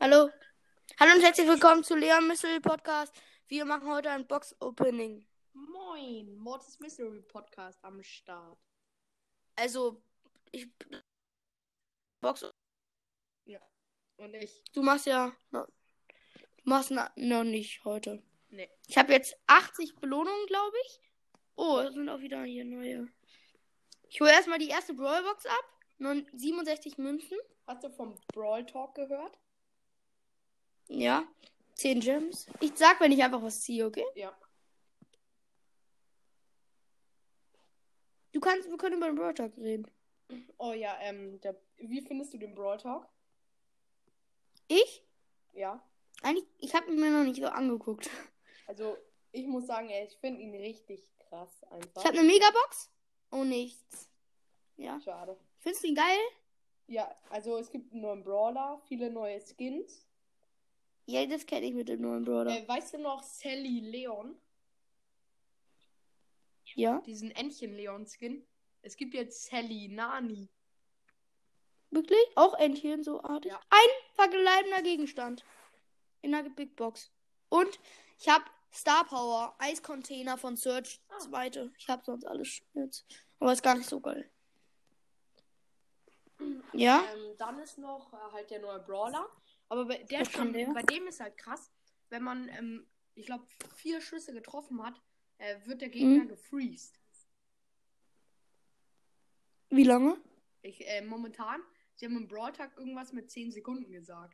Hallo. Hallo und herzlich willkommen zu Leon Mystery Podcast. Wir machen heute ein Box-Opening. Moin, Mortis Mystery Podcast am Start. Also, ich. Box. Ja, und ich? Du machst ja. Du machst noch nicht heute. Nee. Ich habe jetzt 80 Belohnungen, glaube ich. Oh, das sind auch wieder hier neue. Ich hole erstmal die erste Brawlbox ab. 67 Münzen. Hast du vom Brawl Talk gehört? Ja. 10 Gems. Ich sag, wenn ich einfach was ziehe, okay? Ja. Wir können über den Brawl Talk reden. Oh ja, wie findest du den Brawl Talk? Ich? Ja. Eigentlich, ich habe ihn mir noch nicht so angeguckt. Also, ich muss sagen, ich finde ihn richtig krass einfach. Ich habe eine Megabox. Oh, nichts. Ja. Schade. Findest du ihn geil? Ja, also es gibt einen neuen Brawler, viele neue Skins. Ja, das kenne ich mit dem neuen Brawler. Weißt du noch Sally Leon? Ja. Diesen Entchen-Leon-Skin? Es gibt jetzt Sally Nani. Wirklich? Auch Entchen so artig? Ja. Ein verbleibener Gegenstand. In der Big Box. Und ich habe Star Power, Eiscontainer von Search, zweite. Ich habe sonst alles jetzt. Aber ist gar nicht so geil. Ja? Dann ist noch halt der neue Brawler. Aber bei Was kann der? bei dem ist halt krass, wenn man, ich glaube, 4 Schüsse getroffen hat, wird der Gegner gefreezed. Wie lange? Momentan, sie haben im Brawl Tag irgendwas mit 10 Sekunden gesagt.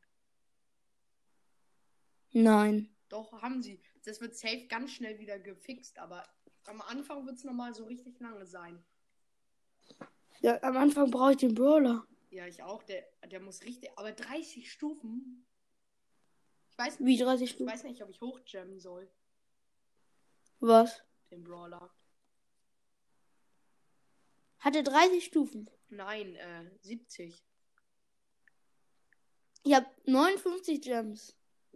Nein. Doch, haben sie. Das wird safe ganz schnell wieder gefixt, aber am Anfang wird es nochmal so richtig lange sein. Ja, am Anfang brauche ich den Brawler. Ja, ich auch. Der muss richtig. Aber 30 Stufen. Wie 30 Stufen? Ich weiß nicht, ob ich hochjammen soll. Was? Den Brawler. Hat er 30 Stufen? Nein, 70. Ich habe 59 Gems.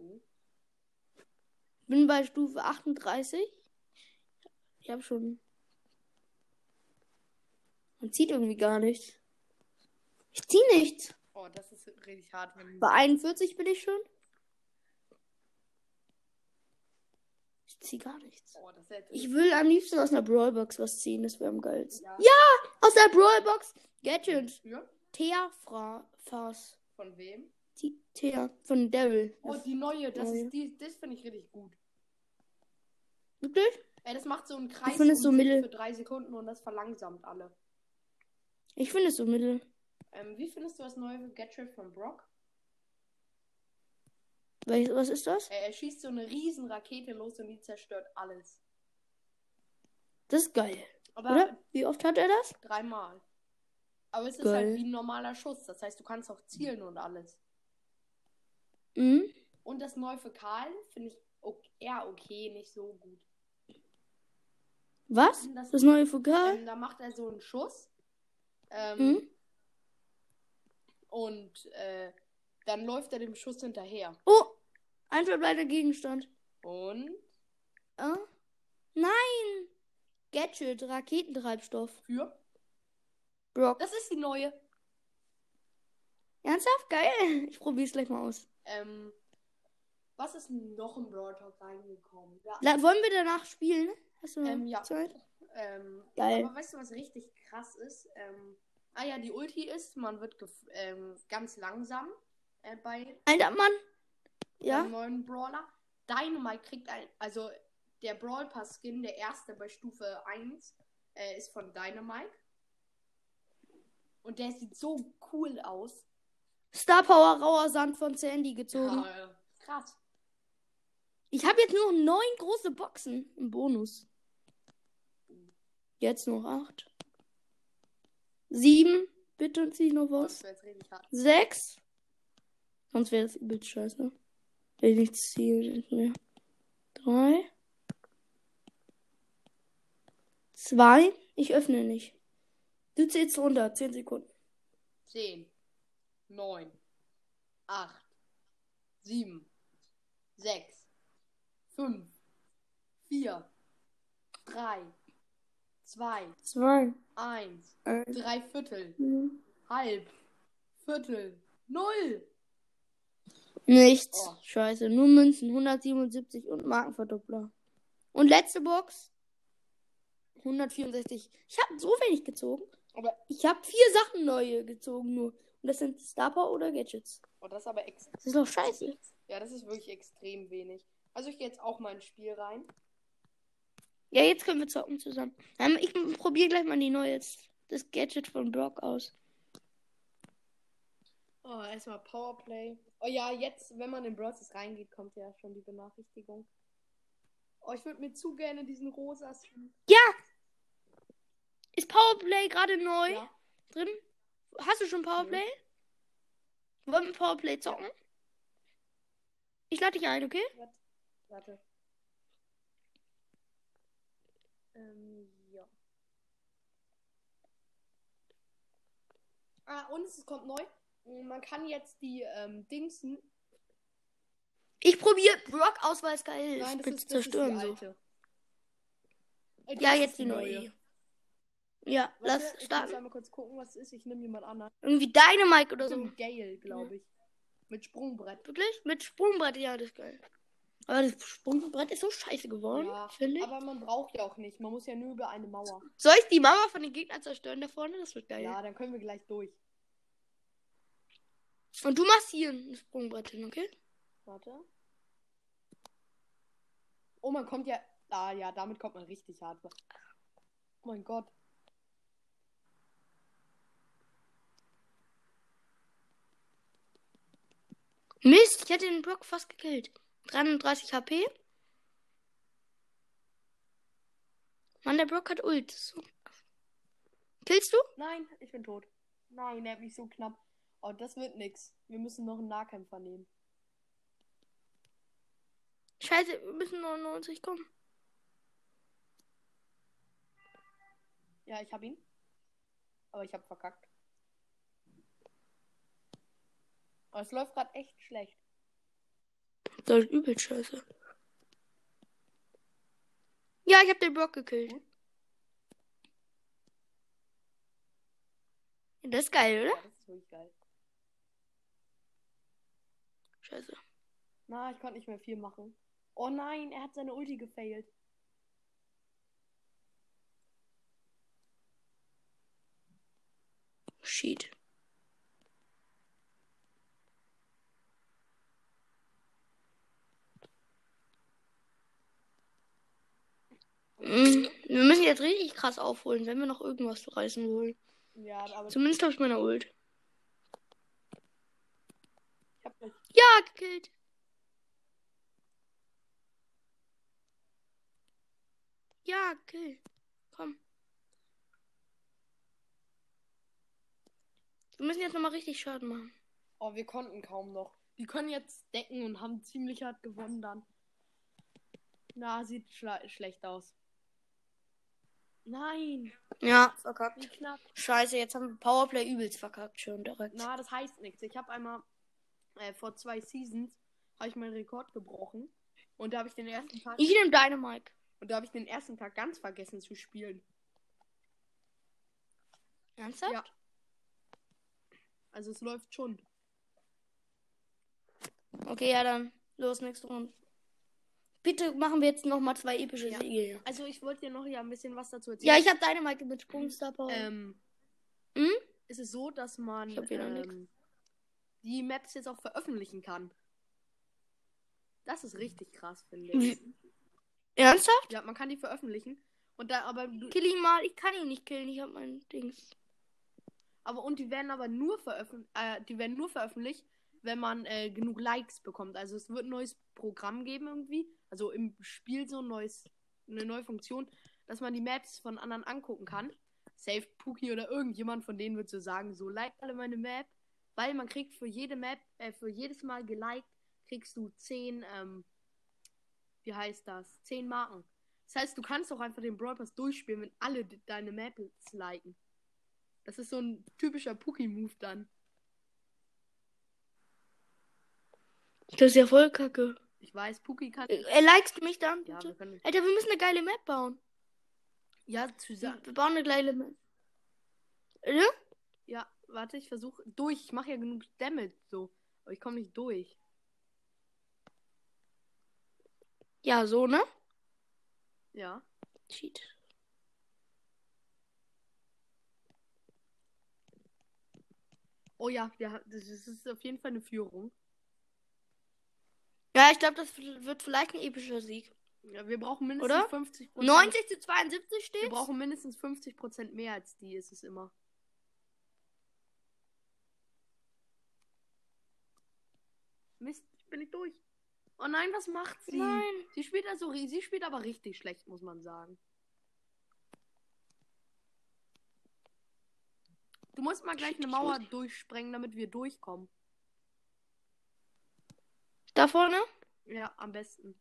Bin bei Stufe 38. Ich habe schon. Man zieht irgendwie gar nichts. Ich ziehe nichts. Oh, das ist richtig hart. Bei 41 bin ich schon. Ich ziehe gar nichts. Oh, das hätte Ich will am liebsten aus einer Brawlbox was ziehen. Das wäre am geilsten. Ja. Ja, aus der Brawlbox. Gadget. Ja? Thea Fas. Von wem? Thea. Von Devil. Oh, die neue. Das neue. ist die. Das finde ich richtig gut. Wirklich? Das macht so einen Kreis Ich finde es so mittel. für 3 Sekunden und das verlangsamt alle. Ich finde es so mittel. Wie findest du das neue Gadget von Brock? Was ist das? Er schießt so eine riesen Rakete los und die zerstört alles. Das ist geil. Aber oder? Wie oft hat er das? 3-mal. Aber es ist Geil. halt wie ein normaler Schuss. Das heißt, du kannst auch zielen und alles. Mhm. Und das neue für Karl finde ich eher okay, nicht so gut. Was? Das neue Fokal? Da macht er so einen Schuss. Und dann läuft er dem Schuss hinterher. Oh! Ein verbleibender Gegenstand. Und? Nein! Gadget, Raketentreibstoff. Für? Brock. Das ist die neue. Ernsthaft? Geil. Ich probiere es gleich mal aus. Was ist noch im Brawl Talk reingekommen? Ja. Wollen wir danach spielen? Hast du ja. Zeit? Geil. Aber weißt du, was richtig krass ist? Ja, die Ulti ist, man wird ganz langsam bei Alter Mann. Ja. dem neuen Brawler. Dynamite kriegt also der Brawl Pass Skin, der erste bei Stufe 1, ist von Dynamite. Und der sieht so cool aus. Star Power Rauer Sand von Sandy gezogen. Ja, krass. Ich habe jetzt nur 9 große Boxen im Bonus. Jetzt noch 8. 7. Bitte zieh ich noch was. Das wäre jetzt richtig hart. 6. Sonst wäre das übelst scheiße. Wenn ich nichts ziehe, nicht mehr. 3. 2. Ich öffne nicht. Du zählst runter. 10 Sekunden. 10, 9, 8, 7, 6, 5, 4, 3, 2, 1, 3 Viertel, halb, Viertel, 0. Nichts. Oh. Scheiße. Nur Münzen. 177 und Markenverdoppler. Und letzte Box. 164. Ich habe so wenig gezogen. Aber ich habe 4 Sachen neue gezogen nur. Und das sind Star Power oder Gadgets. Oh, das ist aber extrem. Das ist doch scheiße. Ja, das ist wirklich extrem wenig. Also ich gehe jetzt auch mal ins Spiel rein. Ja, jetzt können wir zocken zusammen. Ich probiere gleich mal das Gadget von Brock aus. Oh, erstmal Powerplay. Oh ja, jetzt, wenn man in Brawl Stars reingeht, kommt ja schon die Benachrichtigung. Oh, ich würde mir zu gerne diesen rosa Skin. Ja! Ist Powerplay gerade neu drin? Hast du schon Powerplay? Ja. Wollen wir Powerplay zocken? Ja. Ich lade dich ein, okay? Warte. Ja. Und es kommt neu. Man kann jetzt die Dingsen. Ich probiere Brock aus, weil es geil ist. Nein, das ist zerstören die alte. So. Ja, jetzt die neue. Ja, warte, lass starten. Ich muss einmal kurz gucken, was es ist. Ich nehme jemand anderen. Irgendwie Dynamite oder so. Mit Gale, glaube ich. Mit Sprungbrett. Wirklich? Mit Sprungbrett, ja, das ist geil. Aber das Sprungbrett ist so scheiße geworden, finde ich. Aber man braucht ja auch nicht. Man muss ja nur über eine Mauer. Soll ich die Mauer von den Gegnern zerstören da vorne? Das wird geil. Ja, dann können wir gleich durch. Und du machst hier ein Sprungbrett hin, okay? Warte. Oh, man kommt ja... Ah ja, damit kommt man richtig hart. Oh mein Gott. Mist, ich hätte den Brock fast gekillt. 33 HP. Mann, der Brock hat Ult. So. Killst du? Nein, ich bin tot. Nein, er hat mich so knapp. Oh, das wird nix. Wir müssen noch einen Nahkämpfer nehmen. Scheiße, wir müssen 99 kommen. Ja, ich hab ihn. Aber ich hab verkackt. Aber es läuft gerade echt schlecht. Das ist übel scheiße. Ja, ich hab den Brock gekillt. Das ist geil, oder? Ja, das ist wirklich geil. Scheiße. Na, ich konnte nicht mehr viel machen. Oh nein, er hat seine Ulti gefailt. Shit. Wir müssen jetzt richtig krass aufholen, wenn wir noch irgendwas reißen wollen. Ja, aber... Zumindest habe ich meine Ult. Ich hab nicht... Ja, gekillt. Ja, kill. Komm. Wir müssen jetzt nochmal richtig Schaden machen. Oh, wir konnten kaum noch. Die können jetzt decken und haben ziemlich hart gewonnen dann. Na, sieht schlecht aus. Nein. Ja, verkackt. Wie knapp. Scheiße, jetzt haben wir Powerplay übelst verkackt schon direkt. Na, das heißt nichts. Ich habe einmal vor 2 Seasons habe ich meinen Rekord gebrochen. Und da habe ich den ersten Tag... Ich nehme Dynamite. Und da habe ich den ersten Tag ganz vergessen zu spielen. Ernsthaft? Ja. Also es läuft schon. Okay, ja dann. Los, nächste Runde. Bitte machen wir jetzt nochmal 2 epische Siege. Also ich wollte dir noch ein bisschen was dazu erzählen. Ja, ich habe Dynamite mit Sprungstar Power. Ist es so, dass man ich hab wieder nix. Die Maps jetzt auch veröffentlichen kann. Das ist richtig krass, finde ich. Ernsthaft? Ja, man kann die veröffentlichen. Und da aber kill ihn mal. Ich kann ihn nicht killen. Ich habe mein Dings. Und die werden aber nur veröffentlicht, wenn man genug Likes bekommt. Also es wird ein neues Programm geben irgendwie. Also im Spiel so eine neue Funktion, dass man die Maps von anderen angucken kann. Safe Puki oder irgendjemand von denen wird so sagen, so like alle meine Map. Weil man kriegt für jede Map, für jedes Mal geliked, kriegst du 10, 10 Marken. Das heißt, du kannst auch einfach den Brawl Pass durchspielen, wenn alle deine Maps liken. Das ist so ein typischer Puki-Move dann. Das ist ja voll kacke. Ich weiß, Puki kann... likest du mich dann, bitte? Ja, Alter, wir müssen eine geile Map bauen. Ja, zusammen. Wir bauen eine geile Map. Ja? Ja, warte, ich versuche durch. Ich mache ja genug Damage so. Aber ich komme nicht durch. Ja, so, ne? Ja. Cheat. Oh ja, das ist auf jeden Fall eine Führung. Ja, ich glaube, das wird vielleicht ein epischer Sieg. Ja, wir brauchen mindestens Oder? 50%. 90 zu 72 Wir steht. brauchen mindestens 50% mehr als die, ist es immer. Mist, ich bin nicht durch. Oh nein, was macht sie? Nein. Sie spielt aber richtig schlecht, muss man sagen. Du musst mal gleich eine Mauer durchsprengen, damit wir durchkommen. Da vorne? Ja, am besten.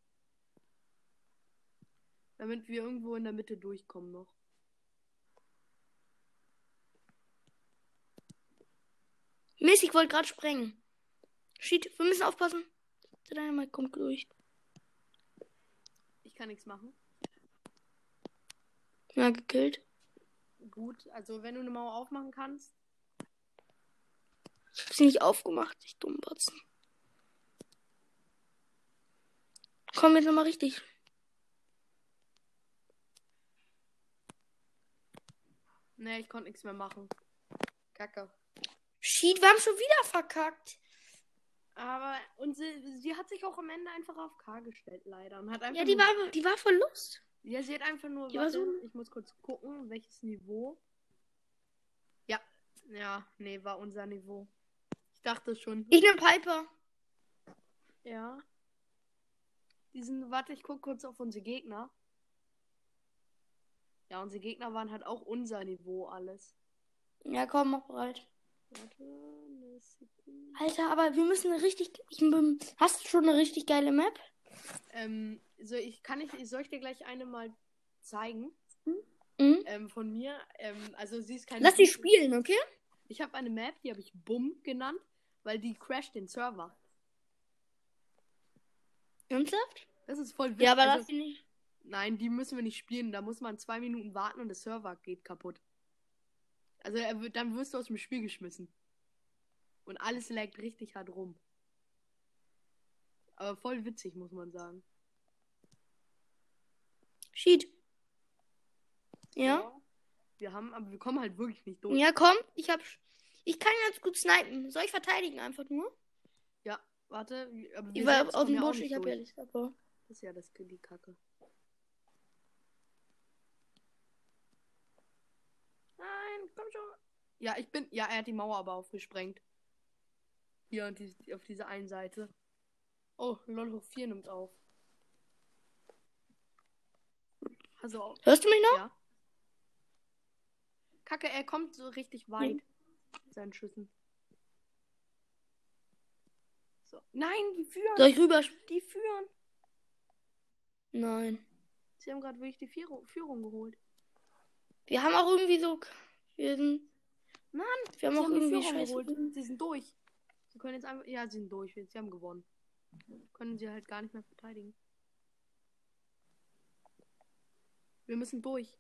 Damit wir irgendwo in der Mitte durchkommen noch. Mist, ich wollte gerade sprengen. Shit, wir müssen aufpassen. Der Dynamite kommt durch. Ich kann nichts machen. Ja, gekillt. Gut, also wenn du eine Mauer aufmachen kannst. Ich hab sie nicht aufgemacht, ich Dummbatzen. Komm jetzt nochmal richtig. Nee, ich konnte nichts mehr machen. Kacke. Shit, wir haben schon wieder verkackt. Aber sie hat sich auch am Ende einfach auf K gestellt, leider. Und hat einfach Ja, die war Verlust. Ja, sie hat einfach nur. Die war so- Ich muss kurz gucken, welches Niveau. Ja. Ja, nee, war unser Niveau. Ich dachte schon. Ich nehm Piper. Ja. Warte, ich gucke kurz auf unsere Gegner. Ja, unsere Gegner waren halt auch unser Niveau alles. Ja, komm, mach bereit. Warte, eine Sekunde. Alter, aber wir müssen hast du schon eine richtig geile Map? Soll ich dir gleich eine mal zeigen? Mhm. Von mir. Also sie ist keine. Lass die spielen, okay? Ich habe eine Map, die habe ich Bumm genannt, weil die crasht den Server. Ernsthaft? Das ist voll witzig. Ja, aber lass die nicht. Nein, die müssen wir nicht spielen. Da muss man 2 Minuten warten und der Server geht kaputt. Also dann wirst du aus dem Spiel geschmissen. Und alles laggt richtig hart rum. Aber voll witzig, muss man sagen. Shit. Ja? Aber wir kommen halt wirklich nicht durch. Ja, komm. Ich kann ganz gut snipen. Soll ich verteidigen einfach nur? Ja, warte. Aber Ich wir war selbst aus kommen dem ja auch Busch, nicht ich hab ja durch. nicht, aber. Das ist ja die Kacke. Nein, komm schon. Ja, er hat die Mauer aber aufgesprengt. Hier auf dieser einen Seite. Oh, LOL hoch 4 nimmt auf. Also, Hörst du mich noch? ja. Kacke, er kommt so richtig weit. Mit seinen Schüssen. So. Nein, die führen. Soll ich rüber? Die führen. Nein. Sie haben gerade wirklich die Führung geholt. Wir haben auch irgendwie so. Mann, Wir haben sie auch haben die irgendwie Führung Scheiße. geholt. Sie sind durch. Sie können jetzt einfach. Ja, sie sind durch. Sie haben gewonnen. Können sie halt gar nicht mehr verteidigen. Wir müssen durch.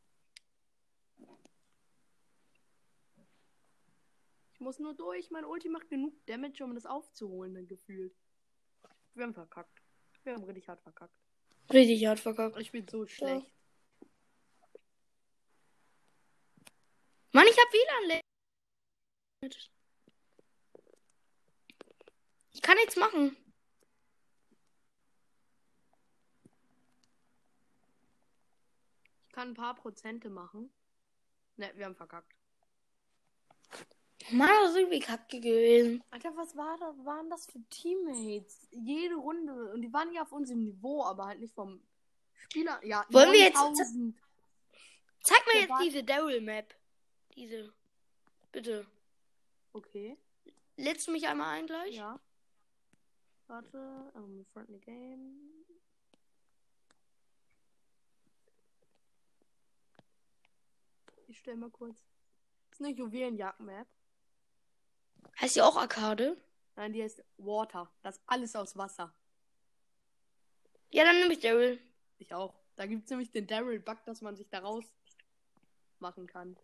Ich muss nur durch. Mein Ulti macht genug Damage, um das aufzuholen, gefühlt. Wir haben verkackt. Wir haben richtig hart verkackt. Richtig hart verkackt. Ich bin so schlecht. Mann, ich hab WLAN. Ich kann nichts machen. Ich kann ein paar Prozente machen. Ne, wir haben verkackt. Mann, das ist irgendwie kacke gewesen. Alter, was waren das für Teammates? Jede Runde. Und die waren ja auf unserem Niveau, aber halt nicht vom Spieler. Ja, Wollen wir jetzt. 9000. Zeig mir jetzt diese Daryl-Map. Diese. Bitte. Okay. Lädst du mich einmal ein gleich? Ja. Warte. Friendly Game. Ich stell mal kurz. Das ist eine Juwelenjagd-Map. Heißt die auch Arcade? Nein, die heißt Water. Das ist alles aus Wasser. Ja, dann nehme ich Daryl. Ich auch. Da gibt es nämlich den Daryl-Bug, dass man sich daraus machen kann.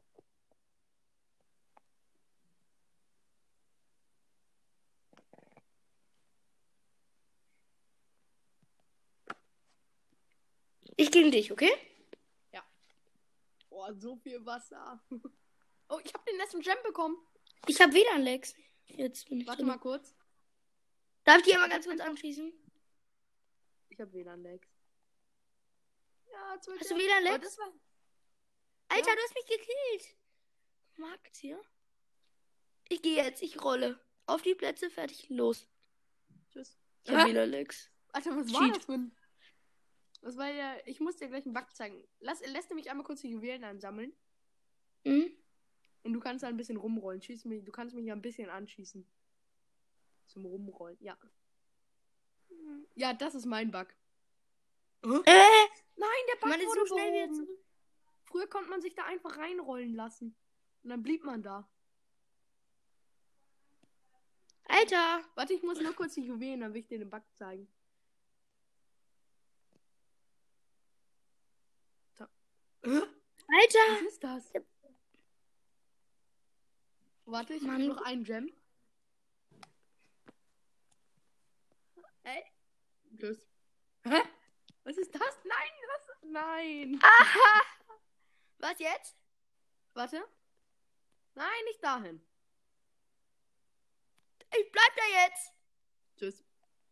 Ich gegen dich, okay? Oh, so viel Wasser. Oh, ich habe den letzten Gem bekommen. Ich habe WLAN Lex. Jetzt bin ich Warte drin. mal kurz. Darf ich die mal ganz kurz anschließen? Ich habe WLAN-Lags. Ja, Hast du WLAN Oh, Lex? das war... Alter, Ja. du hast mich gekillt. Markt hier. Ich gehe jetzt, ich rolle. Auf die Plätze, fertig, los. Tschüss. Ich habe WLAN Lex. Alter, was war Cheat. das für ein... Das war ja... Ich muss dir gleich einen Bug zeigen. Lässt du mich einmal kurz die Juwelen ansammeln? Hm? Und du kannst da ein bisschen rumrollen. Schieß mich, du kannst mich ja ein bisschen anschießen. Zum Rumrollen, ja. Ja, das ist mein Bug. Nein, der Bug Man ist wurde so schnell wieder behoben. zurück. Früher konnte man sich da einfach reinrollen lassen. Und dann blieb man da. Alter. Warte, ich muss nur kurz die Juwelen, dann will ich dir den Bug zeigen. Da. Alter. Was ist das? Warte, ich Mann. habe noch einen Gem. Ey. Tschüss. Hä? Was ist das? Nein, was? Nein. Aha. Was jetzt? Warte. Nein, nicht dahin. Ich bleib da jetzt. Tschüss.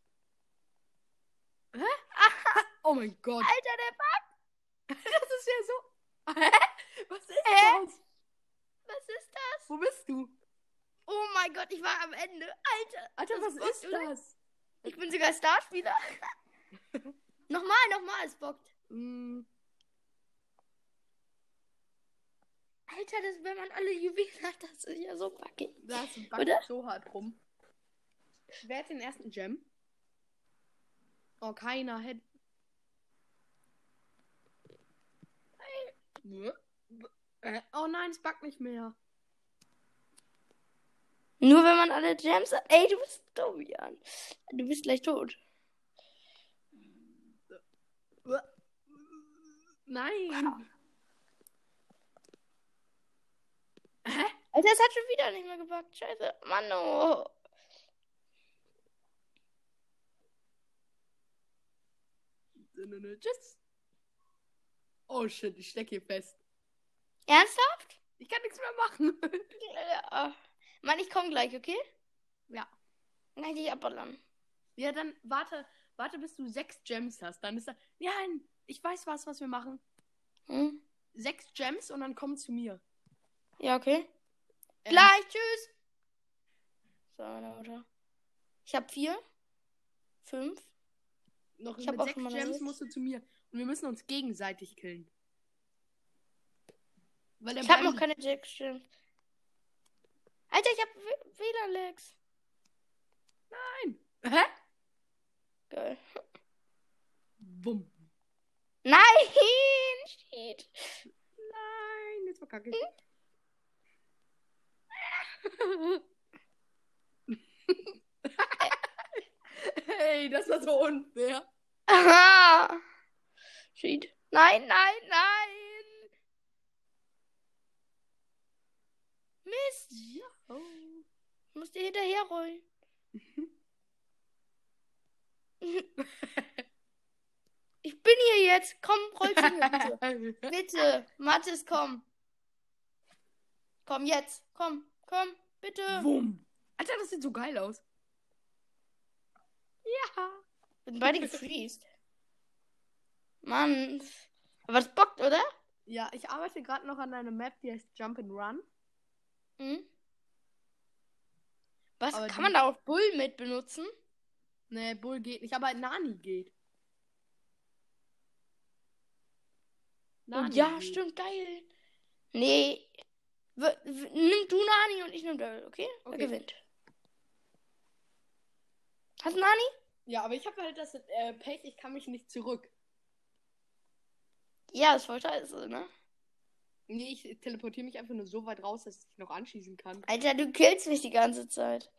Hä? Aha. Oh mein Gott. Alter, der Bug. Das ist ja so. Hä? Was ist Hä? das? Was ist das? Wo bist du? Oh mein Gott, ich war am Ende. Alter. Alter, das was bockt, ist oder? das? Ich bin sogar Starspieler. nochmal, es bockt. Hm, Alter, das, wenn man alle Juwelen hat, das ist ja so packig. da ist ein Bug Oder? so hart rum. Wer hat den ersten Gem? Oh, keiner hätte. Oh nein, es buggt nicht mehr. Nur wenn man alle Gems hat. Ey, du bist dumm, Jan. Du bist gleich tot. Nein. Hä? Alter, es hat schon wieder nicht mehr gebackt. Scheiße. Mann, oh. Tschüss. Oh shit, ich stecke hier fest. Ernsthaft? Ich kann nichts mehr machen. Ja. Mann, ich komm gleich, okay? Ja. Dann kann ich dich abballern. Ja, dann warte, bis du 6 Gems hast. Dann ist da. Ja, ich weiß was wir machen. Hm? 6 Gems und dann komm zu mir. Ja, okay. Gleich, tschüss. So, meine Mutter. Ich hab 4. 5. Noch Ich mit hab auch 6 schon mal Gems alles. musst du zu mir. Und wir müssen uns gegenseitig killen. Weil der Ich hab beim- noch keine Jackstreams. Alter, ich hab WLAN-Lags. Nein. Hä? Geil. Bumm. Nein! Shit. Nein, jetzt verkacke ich. Hey, das war so unfair. Aha. Shit. Nein, nein, nein. Mist. Oh. Ich muss dir hinterherrollen. Ich bin hier jetzt. Komm, roll zu mir, bitte. Bitte. Mathis, komm. Komm jetzt. Komm, bitte. Wumm. Alter, das sieht so geil aus. Ja. Sind beide gefreezed. Mann. Aber das bockt, oder? Ja, ich arbeite gerade noch an einer Map, die heißt Jump and Run. Hm? Was? Aber Kann man da auch Bull mit benutzen? Nee, Bull geht nicht, aber Nani geht. Oh, ja, geht. stimmt, geil. Nee. Nimm du Nani und ich nehm Daryl, okay? Wer Okay. gewinnt? Hast du Nani? Ja, aber ich habe halt das Pech, ich kann mich nicht zurück. Ja, das ist voll scheiße, ne? Nee, ich teleportiere mich einfach nur so weit raus, dass ich dich noch anschießen kann. Alter, du killst mich die ganze Zeit.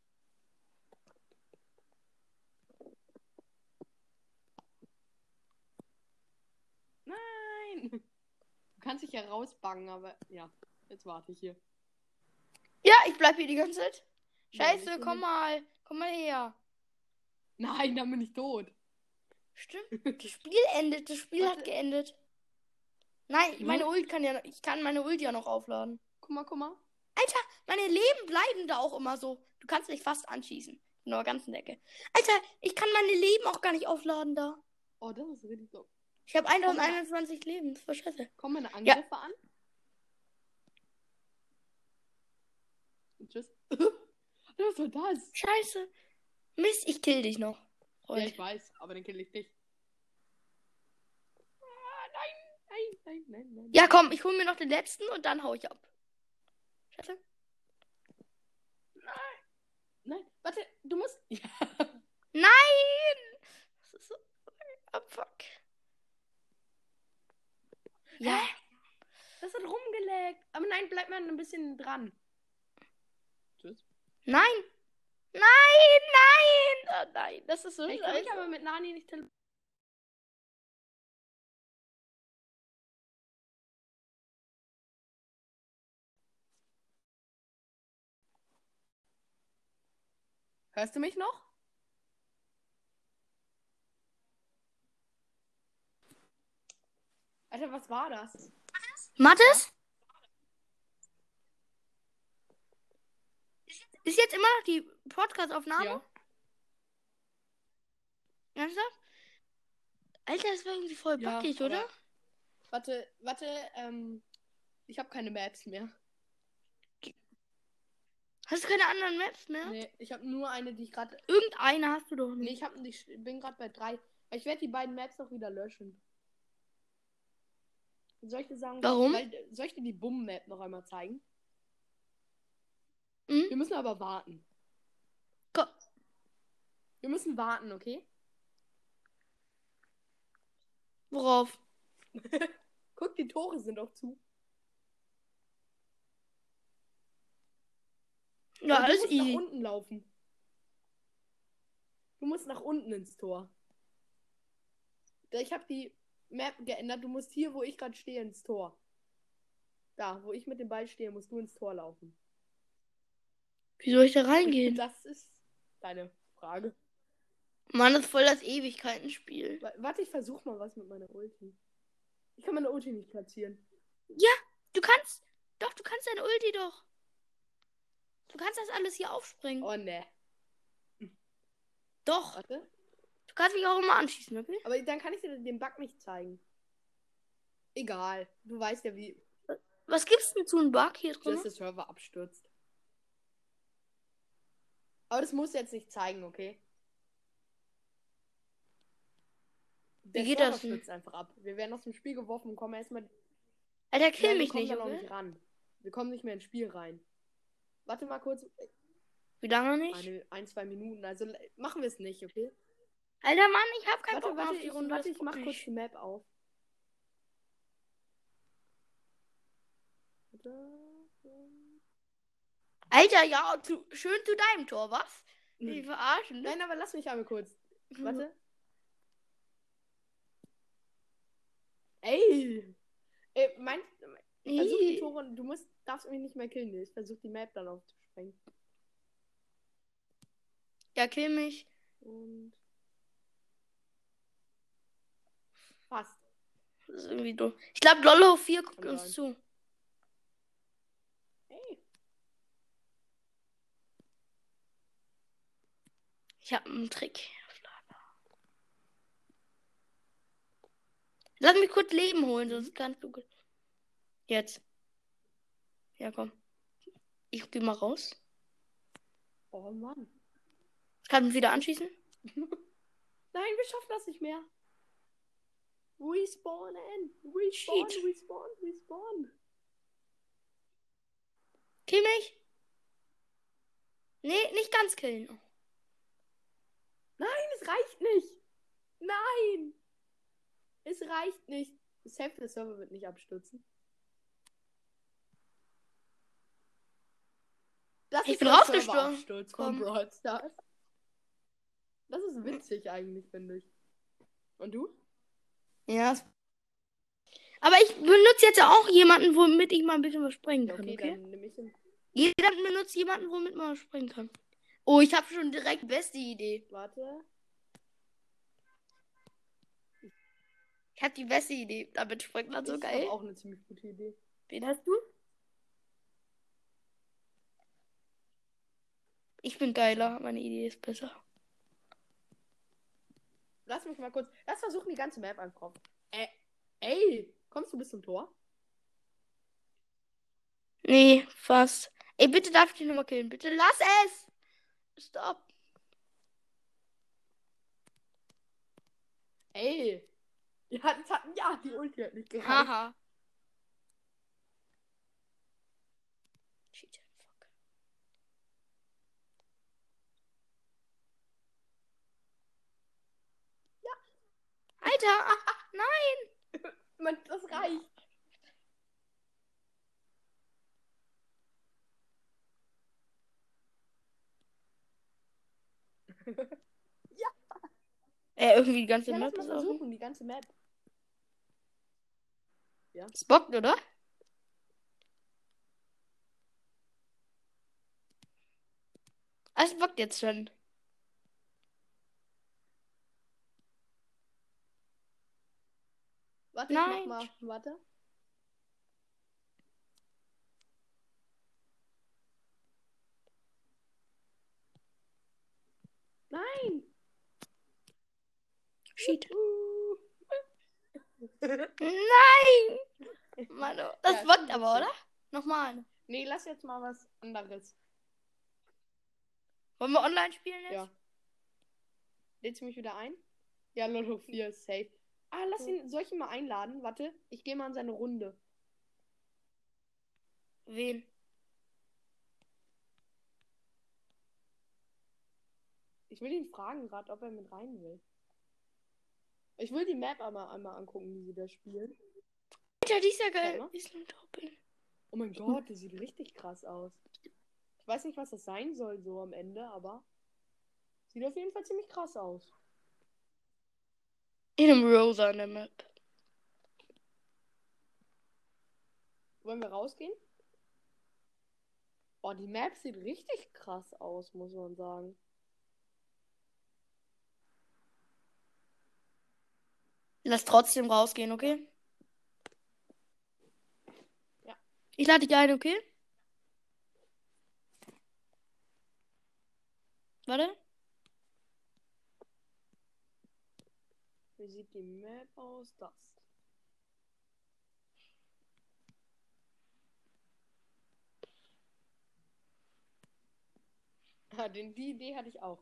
Nein! Du kannst dich ja rausbangen, aber ja, jetzt warte ich hier. Ja, ich bleib hier die ganze Zeit. Nein, Scheiße, ich komm bin mal. Komm mal her. Nein, dann bin ich tot. Stimmt. Das Spiel endet. Das Spiel hat geendet. Nein, meine Ult ich kann meine Ult ja noch aufladen. Guck mal. Alter, meine Leben bleiben da auch immer so. Du kannst mich fast anschießen. In der ganzen Decke. Alter, ich kann meine Leben auch gar nicht aufladen da. Oh, das ist richtig so. Ich habe 1021 Leben. Das war scheiße. Kommen meine Angriffe an? Und tschüss. Was war das? Scheiße. Mist, ich kill dich noch. Ja, ich weiß, aber dann kill ich dich. Nein. Ja, komm, ich hol mir noch den letzten und dann hau ich ab. Scheiße. Nein, warte, du musst. Ja. Nein! Das ist so. Oh, fuck. Ja. Das hat rumgeleckt. Aber nein, bleib mal ein bisschen dran. Tschüss. Nein! Oh, nein! Das ist so Ich kann mich aber mit Nani nicht telefonieren. Hörst du mich noch? Alter, was war das? Mathis? Ist jetzt immer noch die Podcast-Aufnahme? Ja. Ernsthaft? Alter, das war irgendwie voll backig, aber- oder? Warte, ich habe keine Maps mehr. Hast du keine anderen Maps mehr? Nee, ich habe nur eine, die ich gerade. Irgendeine hast du doch Nee, nicht. ich bin gerade bei 3. Ich werde die beiden Maps noch wieder löschen. Soll ich dir sagen, Warum? Soll ich dir die Bumm-Map noch einmal zeigen? Hm? Wir müssen aber warten. Ko- Wir müssen warten, okay? Worauf? Guck, die Tore sind auch zu. Ja, Und du alles musst easy. nach unten laufen. Du musst nach unten ins Tor. Ich habe die Map geändert. Du musst hier, wo ich gerade stehe, ins Tor. Da, wo ich mit dem Ball stehe, musst du ins Tor laufen. Wie soll ich da reingehen? Das ist deine Frage. Mann, das ist voll das Ewigkeitenspiel. Warte, ich versuche mal was mit meiner Ulti. Ich kann meine Ulti nicht platzieren. Du kannst deine Ulti doch. Du kannst das alles hier aufspringen. Oh, ne. Doch. Warte. Du kannst mich auch immer anschießen, okay? Aber dann kann ich dir den Bug nicht zeigen. Egal. Du weißt ja, wie Was gibt's denn zu einem Bug hier drin? dass der Server abstürzt. Aber das muss jetzt nicht zeigen, okay? Der Wie geht Server das denn? stürzt einfach ab. Wir werden aus dem Spiel geworfen und kommen erstmal. Alter, kill Nein, wir mich kommen nicht, da noch okay? nicht ran. Wir kommen nicht mehr ins Spiel rein. Warte mal kurz. Wie lange nicht? Ein, 2 Minuten. Also machen wir es nicht, okay? Alter, Mann, ich hab keinen Warte, Bock mehr warte, auf die Runde. warte, das ich mach guck kurz ich. die Map auf. Warte. Alter, ja, schön zu deinem Tor, was? Die verarschen. Nein, aber lass mich einmal kurz. Warte. Ey! Ich versuch die Tore. Darfst mich nicht mehr killen. Ich versuch die Map dann aufzusprengen. Ja, kill mich. Und. Fast. Das ist irgendwie dumm. Ich glaube, Lollo 4 guckt Kann uns sein. zu. Ey. Ich habe einen Trick. Lass mich kurz Leben holen, sonst kannst du. Jetzt. Ja, komm. Ich geh mal raus. Oh Mann. Kann mich wieder anschießen? Nein, wir schaffen das nicht mehr. Respawnen. Respawn, Shit. respawn. Kill mich? Nee, nicht ganz killen. Nein, es reicht nicht. Nein. Es reicht nicht. Safe, der Server wird nicht abstürzen. Das Ich ist bin der rausgestürzt. Serverabsturz von Komm. Brawl Stars. Das ist witzig eigentlich, finde ich. Und du? Ja. Aber ich benutze jetzt auch jemanden, womit ich mal ein bisschen was springen Ja, kann, okay, okay? dann nehme ich ihn. Jeder benutzt jemanden, womit man was springen kann. Oh, ich habe schon direkt beste Idee. Warte. Ich hab die beste Idee. Damit springt man so Ich geil. habe auch eine ziemlich gute Idee. Wen hast du? Ich bin geiler. Meine Idee ist besser. Lass mich mal kurz. Lass versuchen, die ganze Map einfach. Ey, kommst du bis zum Tor? Nee, fast. Ey, bitte darf ich dich nochmal killen. Bitte lass es! Stopp. Ey. Ja, die Ulti hat nicht gereicht. Haha. Shit, fuck. Ja. Alter, nein. Mann, das reicht. Ja. Irgendwie die ganze Ja, lass Map mal ist offen. versuchen, die ganze Map. Ja. Es bockt, oder? Es bockt jetzt schon. Warte, Nein. ich mach mal. Warte. Nein. Shit. Nein! Mann, das Ja, bockt schon aber, witzig. oder? Nochmal. Nee, lass jetzt mal was anderes. Wollen wir online spielen jetzt? Ja. Lädst du mich wieder ein? Ja, Lotto 4 ist safe. Ah, soll ich ihn mal einladen? Warte, ich gehe mal in seine Runde. Wen? Ich will ihn fragen gerade, ob er mit rein will. Ich will die Map einmal angucken, wie sie da spielen. Alter, die ist ja geil. Warte mal. Island Open. Oh mein Gott, das sieht richtig krass aus. Ich weiß nicht, was das sein soll so am Ende, aber sieht auf jeden Fall ziemlich krass aus. In einem Rosa in der Map. Wollen wir rausgehen? Oh, die Map sieht richtig krass aus, muss man sagen. Lass trotzdem rausgehen, okay? Ja. Ich lade dich ein, okay? Warte. Wie sieht die Map aus? Das. Ah, die Idee hatte ich auch.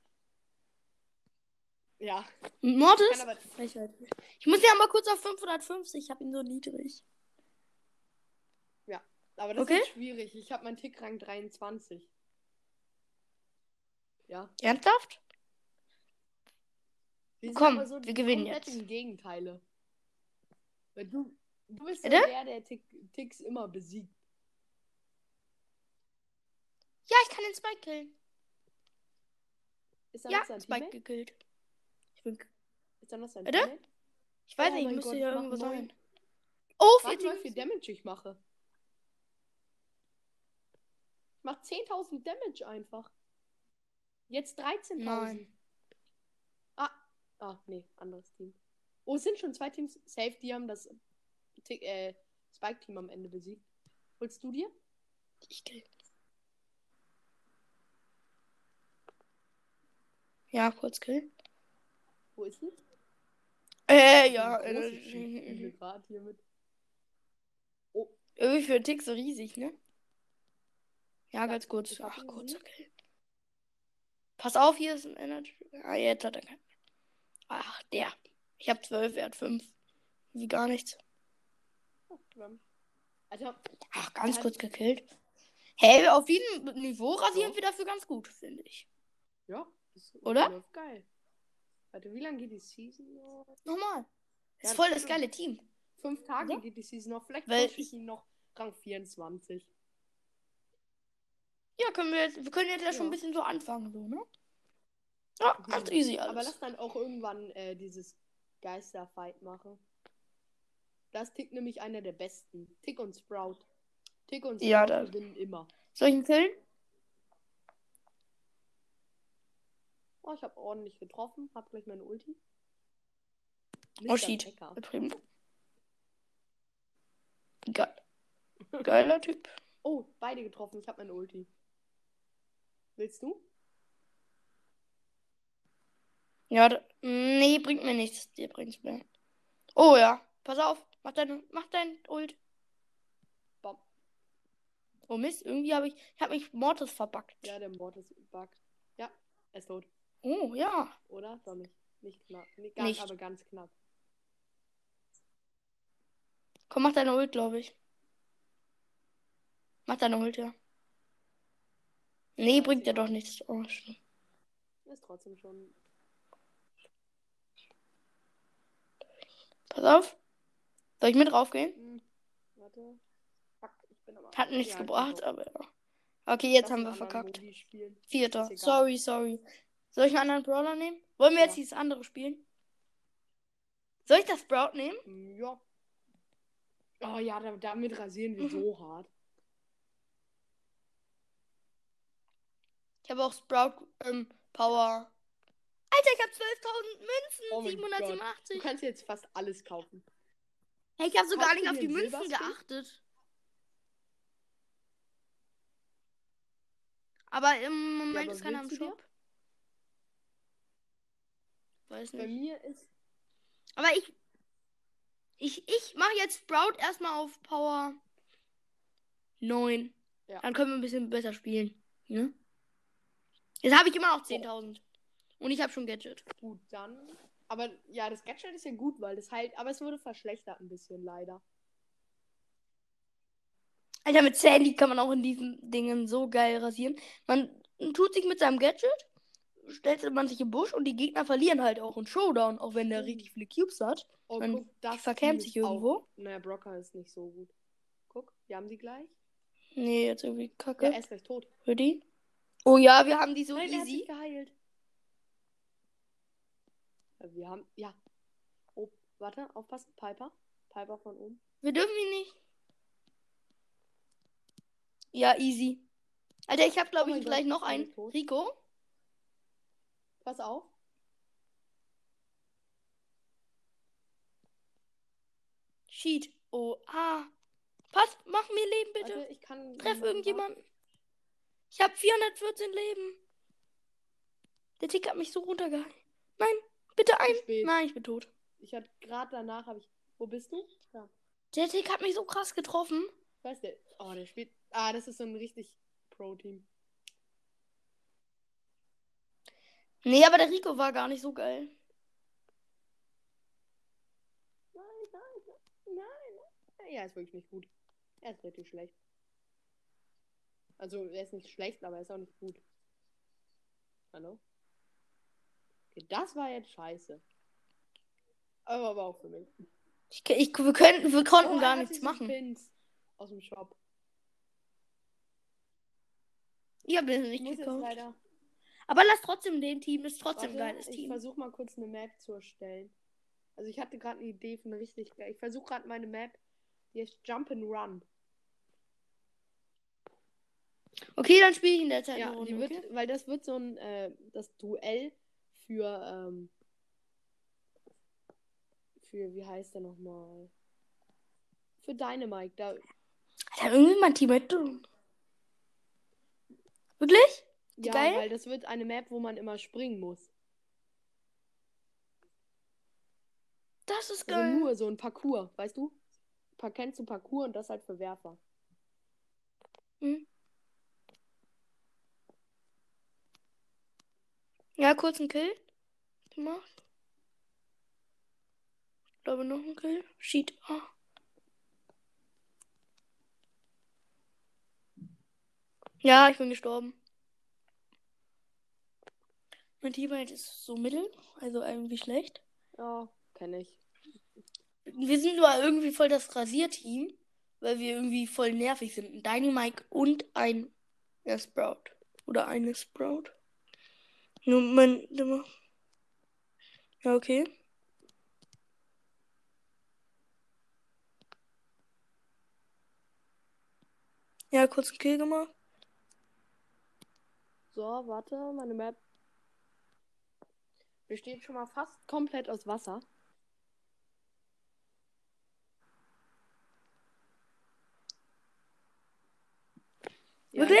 Ja. Mortis? Kann aber- Ich muss ja mal kurz auf 550. Ich habe ihn so niedrig. Ja, aber das Okay. ist schwierig. Ich habe meinen Tickrang 23. Ja. Ernsthaft? Wir sind Komm, aber so wir die gewinnen kompletten jetzt. Gegenteile. Weil du bist so Bitte? der Ticks immer besiegt. Ja, ich kann den Spike killen. Ist da Ja, noch sein Spike Teammate? gekillt. Ich bin. Ist da noch sein Bitte? Teammate? Ich weiß Oh nicht, mein müsste Gott, ja ich mach irgendwo neu. sein. Oh, Warte mal, 40. wie viel Damage ich mache. Ich mach 10.000 Damage einfach. Jetzt 13.000. Nein. Nee, anderes Team. Oh, es sind schon zwei Teams. Safe, die haben das Spike-Team am Ende besiegt. Holst du dir? Ich kill. Ja, kurz kill. Wo ist sie? Ja. Gerade hier mit. Oh, Irgendwie für einen Tick so riesig, ne? Ja, Ja, ganz kurz. ich hab Ach, ihn kurzer gesehen. Kill. Pass auf, hier ist ein Energy. Ah, jetzt hat er keinen. Ach, der. Ich hab 12, er hat 5. Wie gar nichts. Oh, Alter, Ach, ganz Er hat- kurz gekillt. Hey, auf diesem Niveau rasieren Ja. wir dafür ganz gut, finde ich. ja, das Oder? läuft geil. Warte, wie lange geht die Season noch? Nochmal. Das Ja, ist voll das stimmt. geile Team. 5 Tage Oder? geht die Season noch. Vielleicht Weil pushe ich ihn noch Rang 24. Ja, wir können jetzt ja schon Ja. ein bisschen so anfangen, so, ne? Ja, ganz easy alles. Aber lass dann auch irgendwann dieses Geisterfight machen. Das Tick nämlich einer der besten. Tick und Sprout. Tick und Sprout Ja, das- gewinnen immer. Soll ich ihn killen? Oh, ich habe ordentlich getroffen. Hab gleich meine Ulti. Oh, Mr. shit. Mecker. El Primo. Geil. Geiler Typ. Oh, beide getroffen. Ich habe meine Ulti. Willst du? Ja, nee, bringt mir nichts. Dir bringt's mir. Oh ja. Pass auf. Mach dein Ult. Bam. Oh Mist, irgendwie habe ich mich Mortis verbuggt. Ja, der Mord ist buggt. Ja, er ist tot. Oh ja. Oder? Doch nicht. Nicht knapp. Nicht. Aber ganz knapp. Komm, mach deine Ult, glaube ich. Mach deine Ult, ja. Nee, Ja, bringt ist dir doch egal. nichts. Oh, schlimm. Ist trotzdem schon. Pass auf. Soll ich mit raufgehen? Warte. Fuck, ich bin aber. Hat nichts Ja, gebracht, ich aber ja. Okay, jetzt Lass haben einen wir anderen verkackt. Modi spielen. Vierter. Ist egal. Sorry. Soll ich einen anderen Brawler nehmen? Wollen wir jetzt Ja. dieses andere spielen? Soll ich das Sprout nehmen? Ja. Oh ja, damit rasieren wir so hart. Ich habe auch Sprout Power. Alter, ich habe 12.000 Münzen. Oh mein Gott. 787. Du kannst jetzt fast alles kaufen. Hey, ich habe so gar Kaufst nicht du auf dir die einen Münzen Silberskin? geachtet. Aber im Moment aber ist keiner im willst du dir? Shop. Weiß Bei nicht. mir ist. Aber ich mache jetzt Sprout erstmal auf Power 9. Ja. Dann können wir ein bisschen besser spielen. Ne? Jetzt habe ich immer noch 10.000. Und ich habe schon Gadget. Gut, dann. Aber ja, das Gadget ist ja gut, weil das halt. Aber es wurde verschlechtert ein bisschen, leider. Alter, mit Sandy kann man auch in diesen Dingen so geil rasieren. Man tut sich mit seinem Gadget, stellt man sich im Busch und die Gegner verlieren halt auch in Showdown, auch wenn der richtig viele Cubes hat. Oh, Man guck, das verkämmt Team sich ist irgendwo. Auch, naja, Brocker ist nicht so gut. Guck, wir haben die gleich. Nee, jetzt irgendwie Ja, kacke. er ist gleich tot. Für die. Oh ja, wir haben die so Nein, er hat sich easy. geheilt. Ja, wir haben. Ja. Oh, warte, aufpassen. Piper. Piper von oben. Wir dürfen ihn nicht. Ja, easy. Alter, ich habe, glaube Oh ich, mein gleich Gott, noch er einen. ist tot. Rico. Pass auf. Cheat. Oh, Pass, mach mir Leben, bitte. Warte, ich kann. Treff irgendjemanden. Ich habe 414 Leben. Der Tick hat mich so runtergehalten. Nein, bitte ein. Spät. Nein, ich bin tot. Ich hatte gerade danach habe ich. Wo bist du? Ja. Der Tick hat mich so krass getroffen. Weißt du? Oh, der spielt. Ah, das ist so ein richtig Pro-Team. Nee, aber der Rico war gar nicht so geil. Nein. Ja, ist wirklich nicht gut. Er ist richtig schlecht. Also, er ist nicht schlecht, aber er ist auch nicht gut. Hallo? Okay, das war jetzt scheiße. Aber auch für mich. Wir konnten er gar hat nichts sich so machen. Pins aus dem Shop. Ich habe den Ich nicht muss jetzt gekauft. leider. Aber lass trotzdem den Team. Das ist trotzdem ein Warte, geiles ich Team. versuche mal kurz eine Map zu erstellen. Also ich hatte gerade eine Idee für eine richtig geil. Ich versuche gerade meine Map. Die ist Jump and Run. Okay, dann spiele ich in der Zeit Ja, eine Runde. die wird, Okay? weil das wird so ein das Duell für wie heißt der nochmal? Für Dynamite. Da Alter, irgendwie mein Team halt dumm. Wirklich? ja, geil? weil das wird eine Map, wo man immer springen muss. Das ist Also geil. nur so ein Parcours, weißt du? Kennst du Parcours und das halt für Werfer. Hm. Ja, kurz einen Kill gemacht. Ich glaube noch ein Kill. Sheet. Oh. Ja, ich bin gestorben. Mein Teammate ist so mittel, also irgendwie schlecht. Ja, kenne ich. Wir sind nur irgendwie voll das Rasierteam, weil wir irgendwie voll nervig sind. Ein Dynamite und ein Sprout. Oder eine Sprout. Moment. Ja, okay. Ja, kurz einen Kill gemacht. So, warte, meine Map besteht schon mal fast komplett aus Wasser.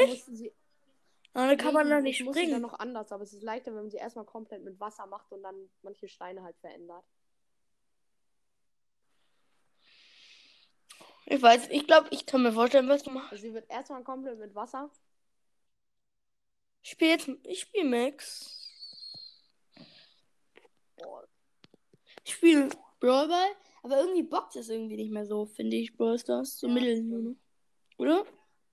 mussten sie. Dann kann man da Nee, nicht ich musste dann springen. noch anders, aber es ist leichter, wenn man sie erstmal komplett mit Wasser macht und dann manche Steine halt verändert. Ich glaube, ich kann mir vorstellen, was du machst. Also sie wird erstmal komplett mit Wasser. Ich spiele Max. Ich spiele Brawl Ball, aber irgendwie bockt es irgendwie nicht mehr so, finde ich, Brawl Stars. So Ja, mittel stimmt. nur noch. Oder?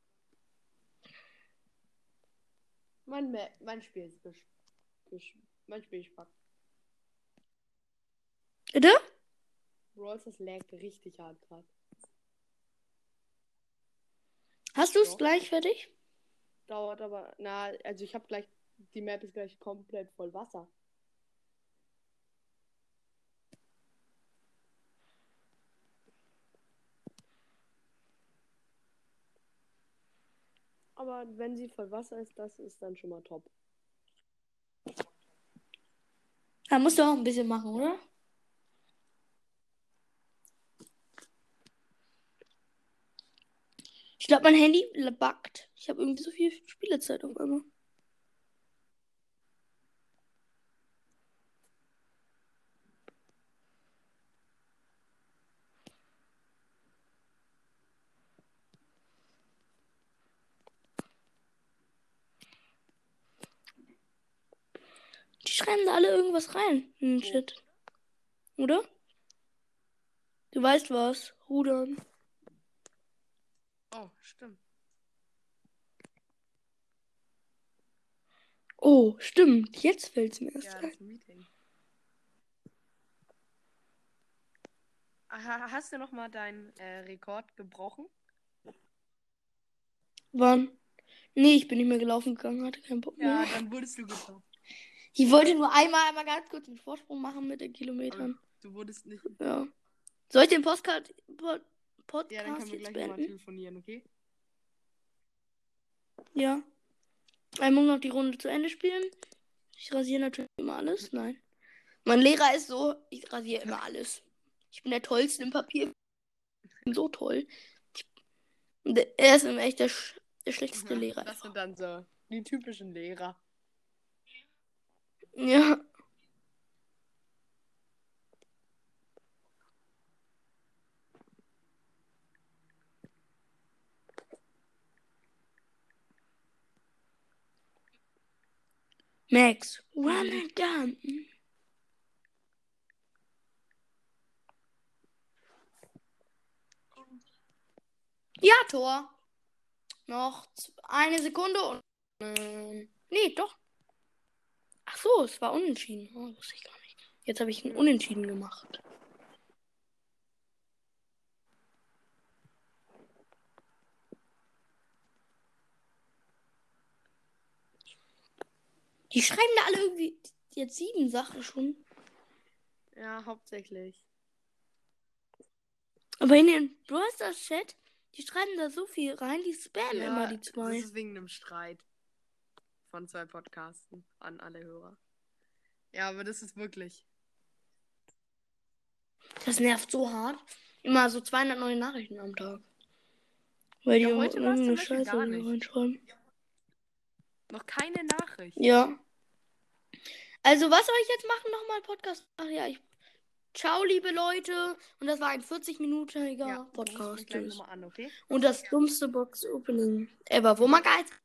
Mein Spiel ist mein Spiel ist packt. Bitte? Brawl Stars laggt richtig hart gerade. Hast du es Doch. gleich fertig? Dauert aber, also ich habe gleich, die Map ist gleich komplett voll Wasser. Aber wenn sie voll Wasser ist, das ist dann schon mal top. Da musst du auch ein bisschen machen, oder? Ich glaube, mein Handy buggt. Ich habe irgendwie so viel Spielezeit auf einmal. Die schreiben da alle irgendwas rein in den Chat. Oder? Du weißt was. Rudern. Oh, stimmt. Oh, stimmt. Jetzt fällt es mir erst Ja, ein. das Meeting. Hast du nochmal deinen Rekord gebrochen? Wann? Nee, ich bin nicht mehr gelaufen gegangen, hatte keinen Bock mehr. Ja, dann wurdest du getoppt. Ich wollte nur einmal ganz kurz einen Vorsprung machen mit den Kilometern. Aber du wurdest nicht. Ja. Soll ich den Podcast Ja, dann können wir jetzt gleich nochmal beenden? telefonieren, okay? Ja. Einmal noch die Runde zu Ende spielen. Ich rasiere natürlich immer alles. Nein. Mein Lehrer ist so, ich rasiere immer alles. Ich bin der Tollste im Papier. Ich bin so toll. Er ist echt der schlechteste Lehrer. Das sind dann so die typischen Lehrer. Ja. Max, run and gun. Ja, Tor. Noch eine Sekunde und. Nee, doch. Ach so, es war unentschieden. Oh, wusste ich gar nicht. Jetzt habe ich einen Unentschieden gemacht. Die schreiben da alle irgendwie jetzt 7 Sachen schon. Ja, hauptsächlich. Aber in den Brawl Stars Chat, die schreiben da so viel rein, die spammen immer die 2. Das ist wegen einem Streit von 2 Podcasten an alle Hörer. Ja, aber das ist wirklich. Das nervt so hart. Immer so 200 neue Nachrichten am Tag. Weil die Ja, heute war's zum irgendeine Beispiel Scheiße gar nicht. reinschreiben. Noch keine Nachricht. Ja. Also, was soll ich jetzt machen? Nochmal Podcast. Ach ja, Ciao, liebe Leute. Und das war ein 40-minütiger Ja, Podcast. ruf mich gleich nochmal an, okay? Und das dummste Box-Opening ever. Wo man gar